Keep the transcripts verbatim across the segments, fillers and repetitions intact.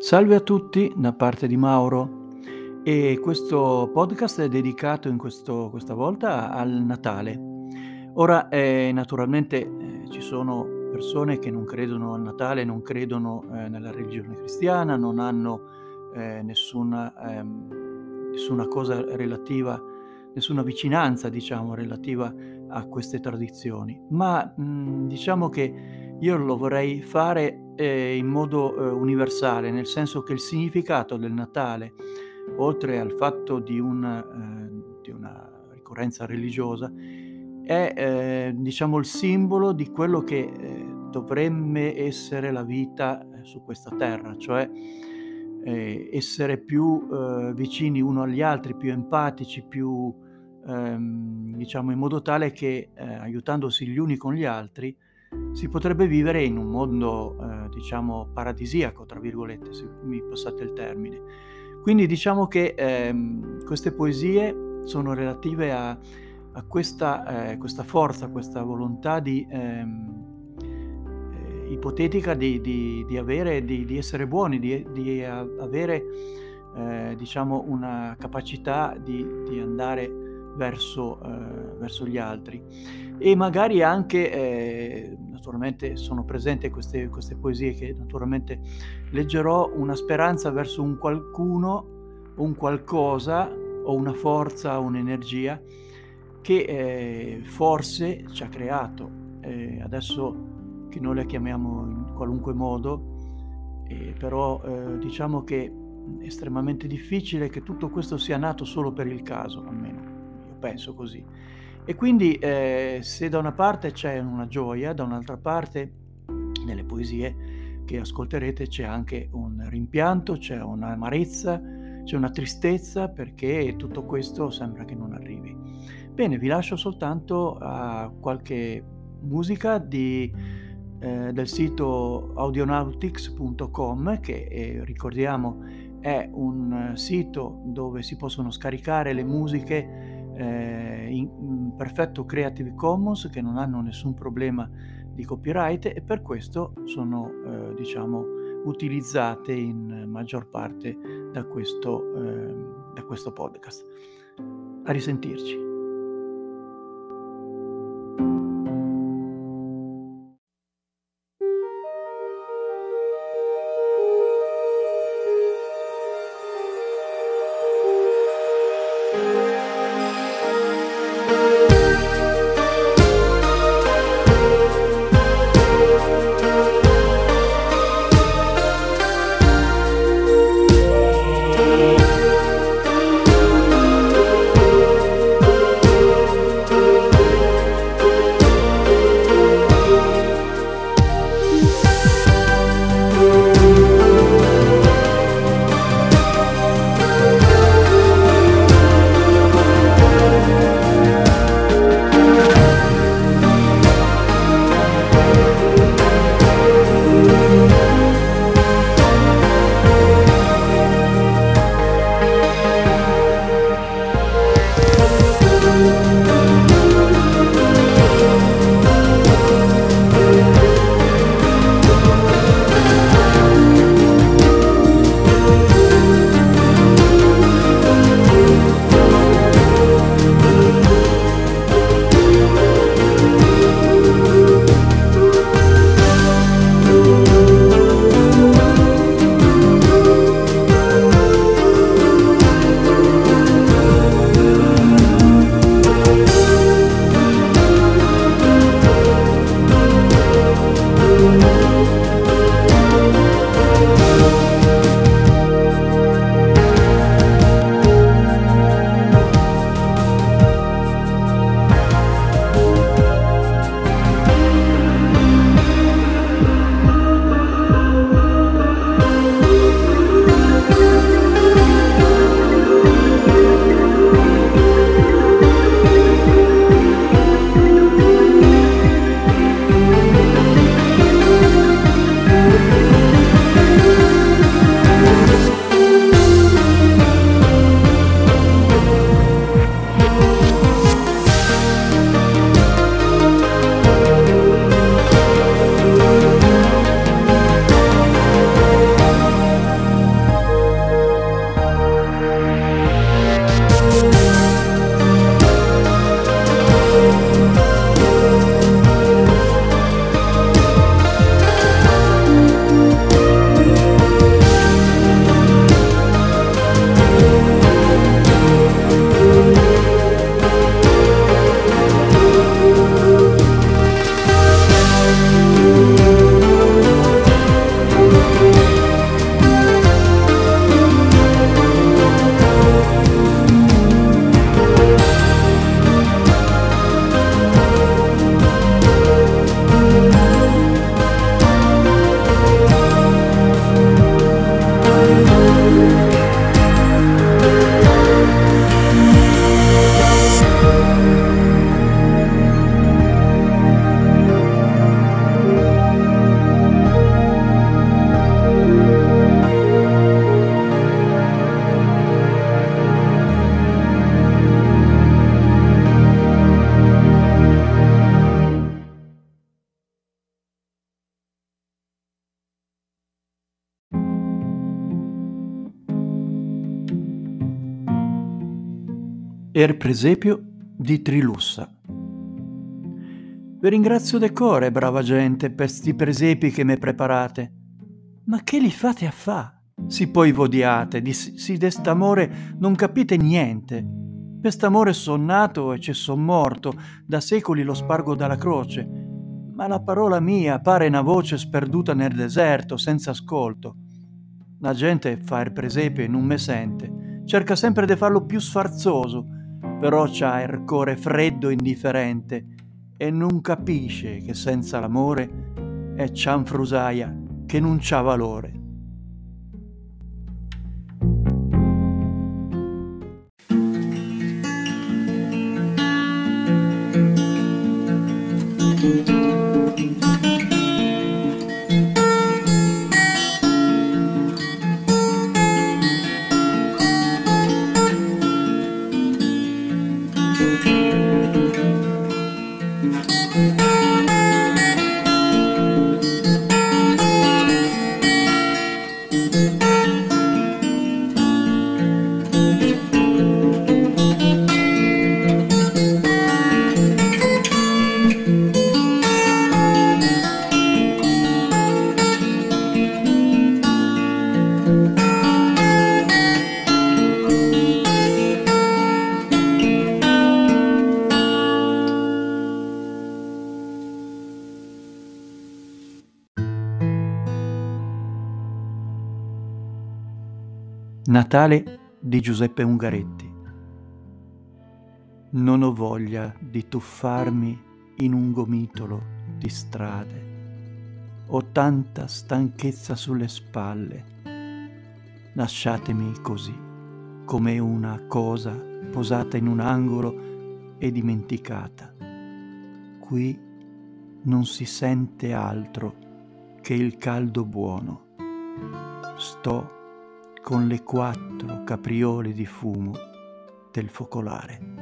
Salve a tutti da parte di Mauro e questo podcast è dedicato in questo questa volta al Natale. Ora, ehm, naturalmente, ehm, ci sono persone che non credono al Natale, non credono, ehm, nella religione cristiana, non hanno, ehm, nessuna ehm, nessuna cosa relativa nessuna vicinanza, diciamo, relativa a queste tradizioni. Ma, mhmm, diciamo che io lo vorrei fare, ehm, in modo, uhm, universale, nel senso che il significato del Natale, oltre al fatto di un ehm, di una ricorrenza religiosa, è, ehm, diciamo il simbolo di quello che, ehm, dovremme essere la vita, ehm, su questa terra, cioè, ehm, essere più, uhm, vicini uno agli altri, più empatici, più, ehm, diciamo in modo tale che, ehm, aiutandosi gli uni con gli altri, si potrebbe vivere in un mondo, ehm, diciamo "paradisiaco" tra virgolette, se mi passate il termine. Quindi diciamo che, ehm, queste poesie sono relative a a questa ehm, questa forza, questa volontà di ehm, ehm, ipotetica di di di avere di di essere buoni, di e di a avere, ehm, diciamo una capacità di di andare verso ehm, verso gli altri. E magari anche, ehm, naturalmente sono presente queste queste poesie che naturalmente leggerò, una speranza verso un qualcuno, o un qualcosa, o una forza, un'energia che, ehm, forse ci ha creato. Ehm, adesso che noi la chiamiamo in qualunque modo, ehm, però, ehm, diciamo che, mhmm, è estremamente difficile che tutto questo sia nato solo per il caso, almeno io penso così. E quindi, ehm, se da una parte c'è una gioia, da un'altra parte nelle poesie che ascolterete c'è anche un rimpianto, c'è un'amarezza, c'è una tristezza perché tutto questo sembra che non arrivi. Bene, vi lascio soltanto a qualche musica di ehm, del sito audionautics punto com che, ehm, ricordiamo è un sito dove si possono scaricare le musiche, ehm, in in perfetto Creative Commons, che non hanno nessun problema di copyright e per questo sono, ehm, diciamo utilizzate in maggior parte da questo ehm, da questo podcast. A risentirci. Er presepio di Trilussa. Vi ringrazio de core, brava gente, per sti presepi che me preparate. Ma che li fate a fa? Si poi vodiate, di si d'est'amore non capite niente. Per st'amore son nato e ce son morto, da secoli lo spargo dalla croce. Ma la parola mia pare una voce sperduta nel deserto, senza ascolto. La gente fa il presepio e non me sente, cerca sempre di farlo più sfarzoso, però c'ha il core freddo e indifferente e non capisce che senza l'amore è cianfrusaia che non c'ha valore. Natale di Giuseppe Ungaretti. Non ho voglia di tuffarmi in un gomitolo di strade. Ho tanta stanchezza sulle spalle. Lasciatemi così, come una cosa posata in un angolo e dimenticata. Qui non si sente altro che il caldo buono. Sto con le quattro capriole di fumo del focolare.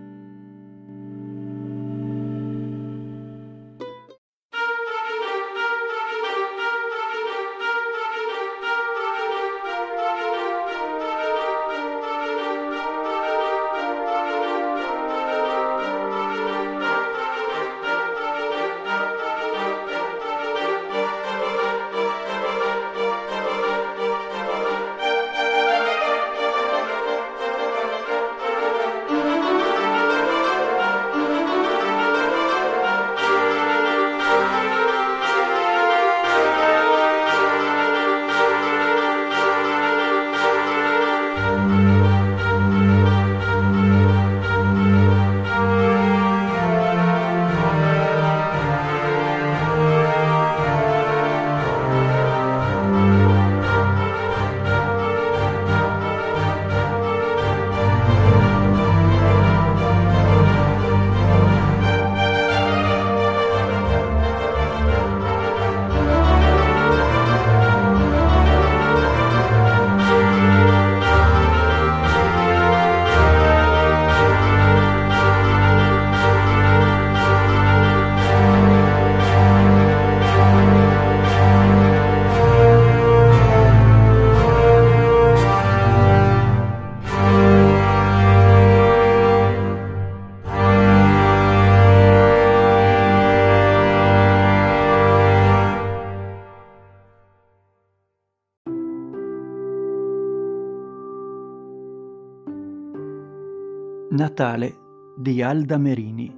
Natale di Alda Merini.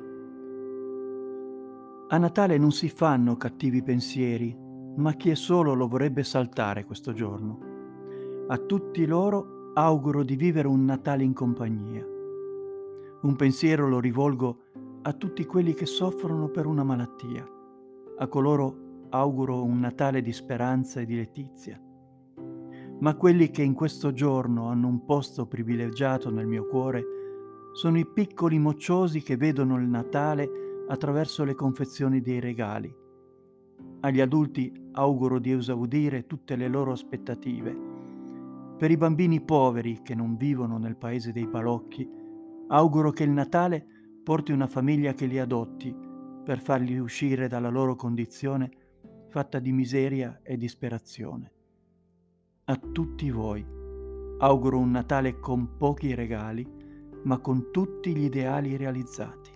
A Natale non si fanno cattivi pensieri, ma chi è solo lo vorrebbe saltare questo giorno. A tutti loro auguro di vivere un Natale in compagnia. Un pensiero lo rivolgo a tutti quelli che soffrono per una malattia. A coloro auguro un Natale di speranza e di letizia. Ma quelli che in questo giorno hanno un posto privilegiato nel mio cuore sono i piccoli mocciosi che vedono il Natale attraverso le confezioni dei regali. Agli adulti auguro di esaudire tutte le loro aspettative. Per i bambini poveri che non vivono nel paese dei balocchi, auguro che il Natale porti una famiglia che li adotti per farli uscire dalla loro condizione fatta di miseria e disperazione. A tutti voi auguro un Natale con pochi regali, ma con tutti gli ideali realizzati.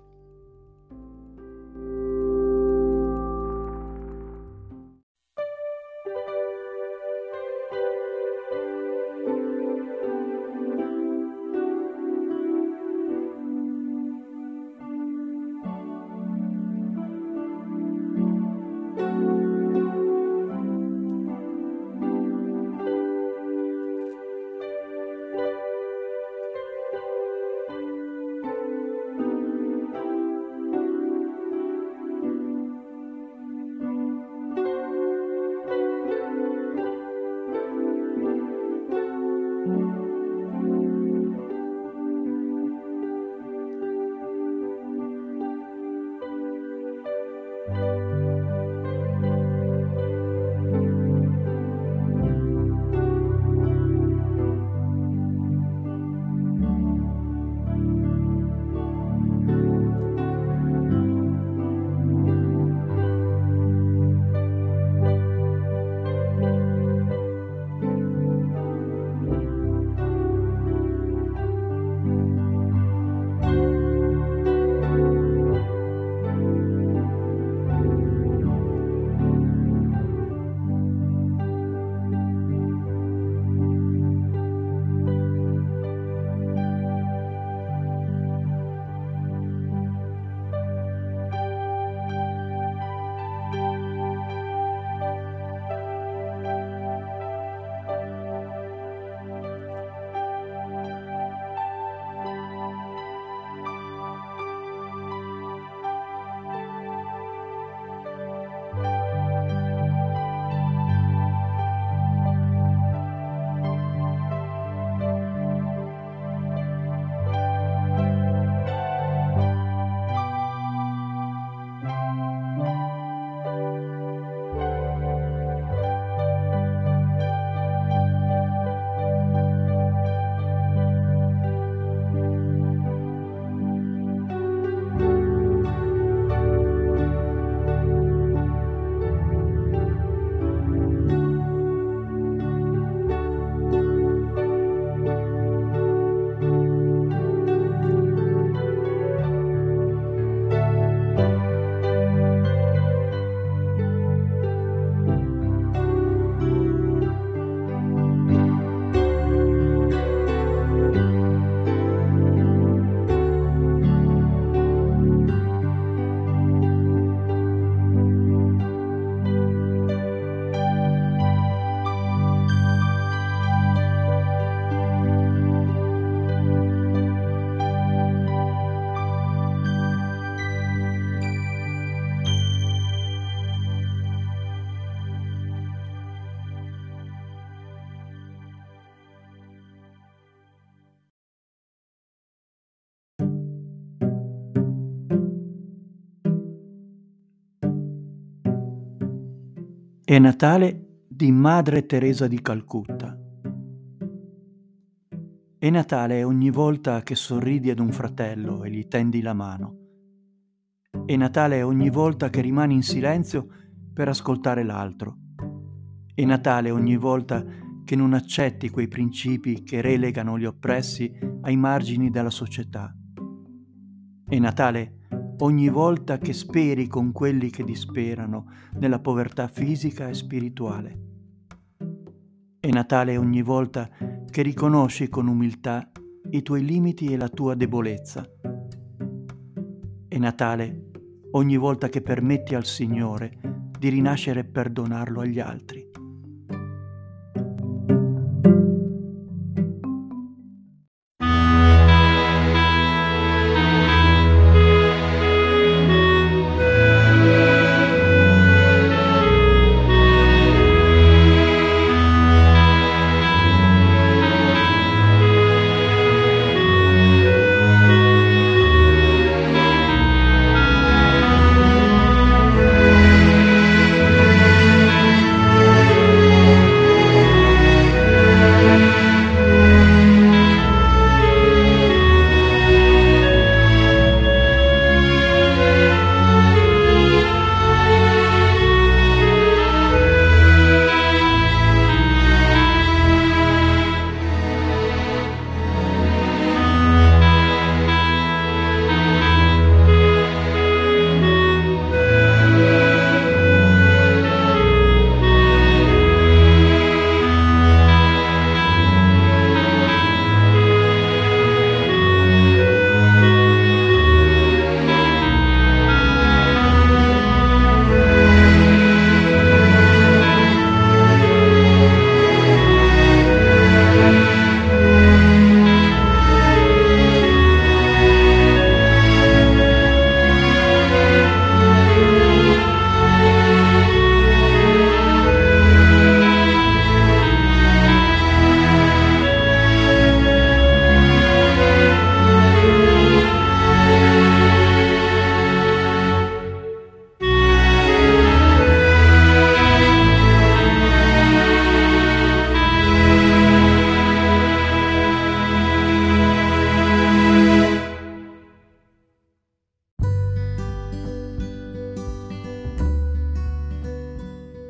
È Natale di Madre Teresa di Calcutta. È Natale ogni volta che sorridi ad un fratello e gli tendi la mano. È Natale ogni volta che rimani in silenzio per ascoltare l'altro. È Natale ogni volta che non accetti quei principi che relegano gli oppressi ai margini della società. È Natale ogni volta che speri con quelli che disperano nella povertà fisica e spirituale. È Natale ogni volta che riconosci con umiltà i tuoi limiti e la tua debolezza. È Natale ogni volta che permetti al Signore di rinascere e perdonarlo agli altri.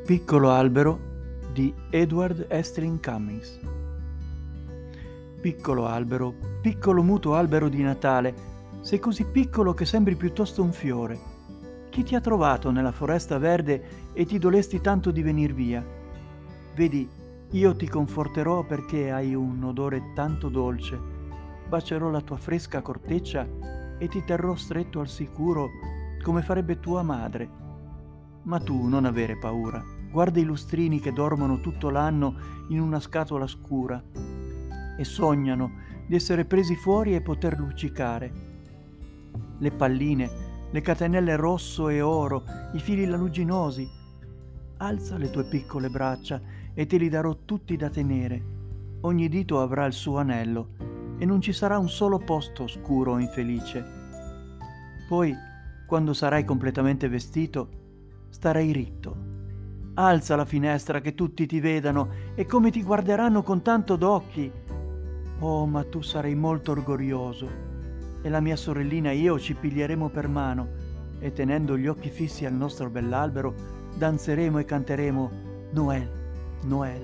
Piccolo albero di Edward Estling Cummings. Piccolo albero, piccolo muto albero di Natale, sei così piccolo che sembri piuttosto un fiore. Chi ti ha trovato nella foresta verde e ti dolesti tanto di venir via? Vedi, io ti conforterò perché hai un odore tanto dolce. Bacerò la tua fresca corteccia e ti terrò stretto al sicuro come farebbe tua madre. Ma tu non avere paura. Guarda i lustrini che dormono tutto l'anno in una scatola scura e sognano di essere presi fuori e poter luccicare. Le palline, le catenelle rosso e oro, i fili lanuginosi. Alza le tue piccole braccia e te li darò tutti da tenere. Ogni dito avrà il suo anello e non ci sarà un solo posto oscuro o infelice. Poi, quando sarai completamente vestito, starai ritto. Alza la finestra che tutti ti vedano e come ti guarderanno con tanto d'occhi. Oh, ma tu sarai molto orgoglioso e la mia sorellina e io ci piglieremo per mano e tenendo gli occhi fissi al nostro bell'albero danzeremo e canteremo Noel, Noel.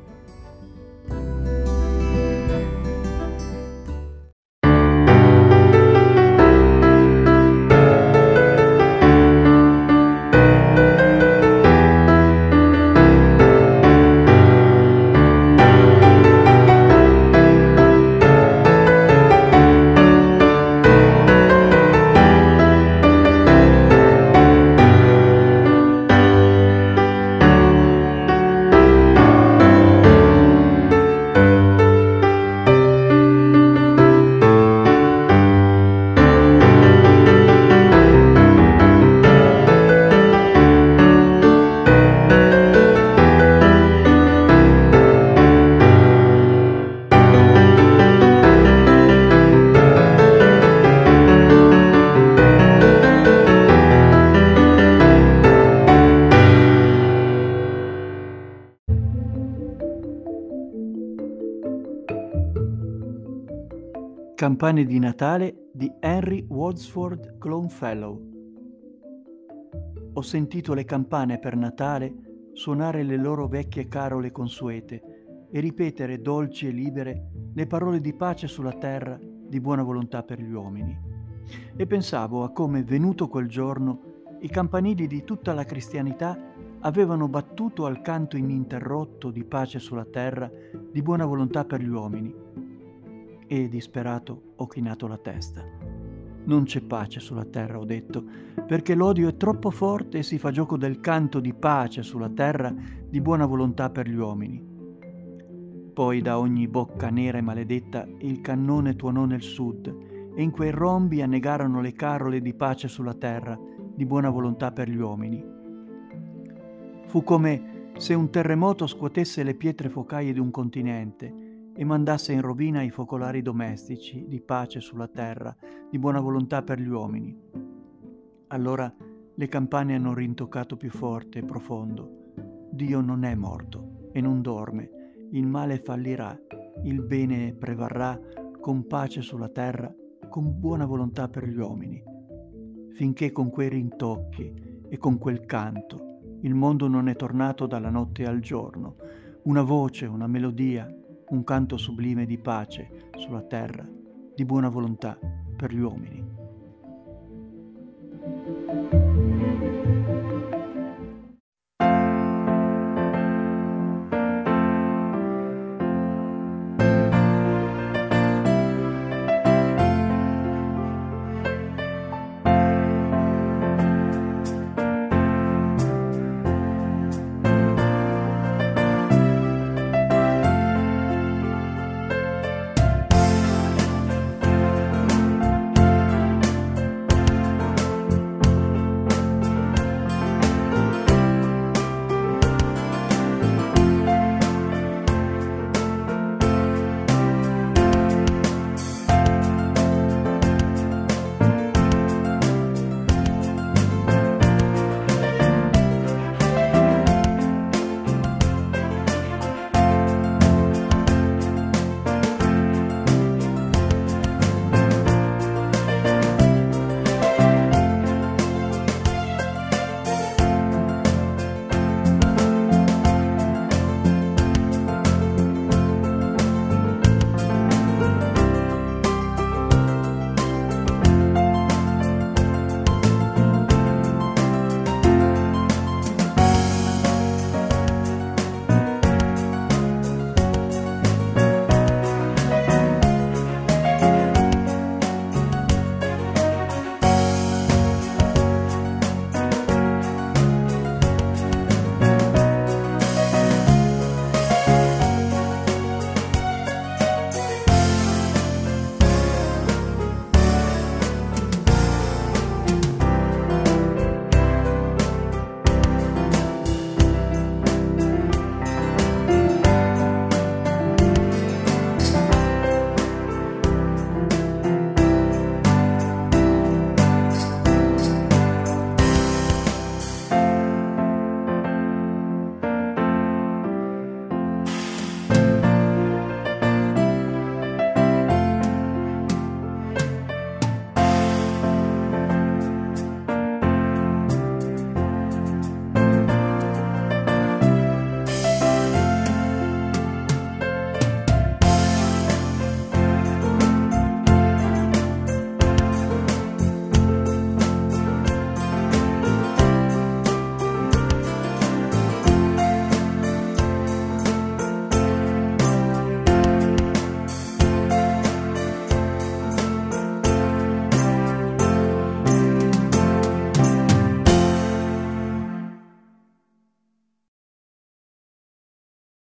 Campane di Natale di Henry Wadsworth Longfellow. Ho sentito le campane per Natale suonare le loro vecchie carole consuete e ripetere dolci e libere le parole di pace sulla terra, di buona volontà per gli uomini. E pensavo a come, venuto quel giorno, i campanili di tutta la cristianità avevano battuto al canto ininterrotto di pace sulla terra, di buona volontà per gli uomini. E disperato ho chinato la testa. Non c'è pace sulla terra, ho detto, perché l'odio è troppo forte e si fa gioco del canto di pace sulla terra, di buona volontà per gli uomini. Poi da ogni bocca nera e maledetta il cannone tuonò nel sud e in quei rombi annegarono le carole di pace sulla terra, di buona volontà per gli uomini. Fu come se un terremoto scuotesse le pietre focaie di un continente e mandasse in rovina i focolari domestici di pace sulla terra, di buona volontà per gli uomini. Allora le campane hanno rintoccato più forte e profondo. Dio non è morto e non dorme, il male fallirà, il bene prevarrà con pace sulla terra, con buona volontà per gli uomini. Finché con quei rintocchi e con quel canto il mondo non è tornato dalla notte al giorno, una voce, una melodia, un canto sublime di pace sulla terra, di buona volontà per gli uomini.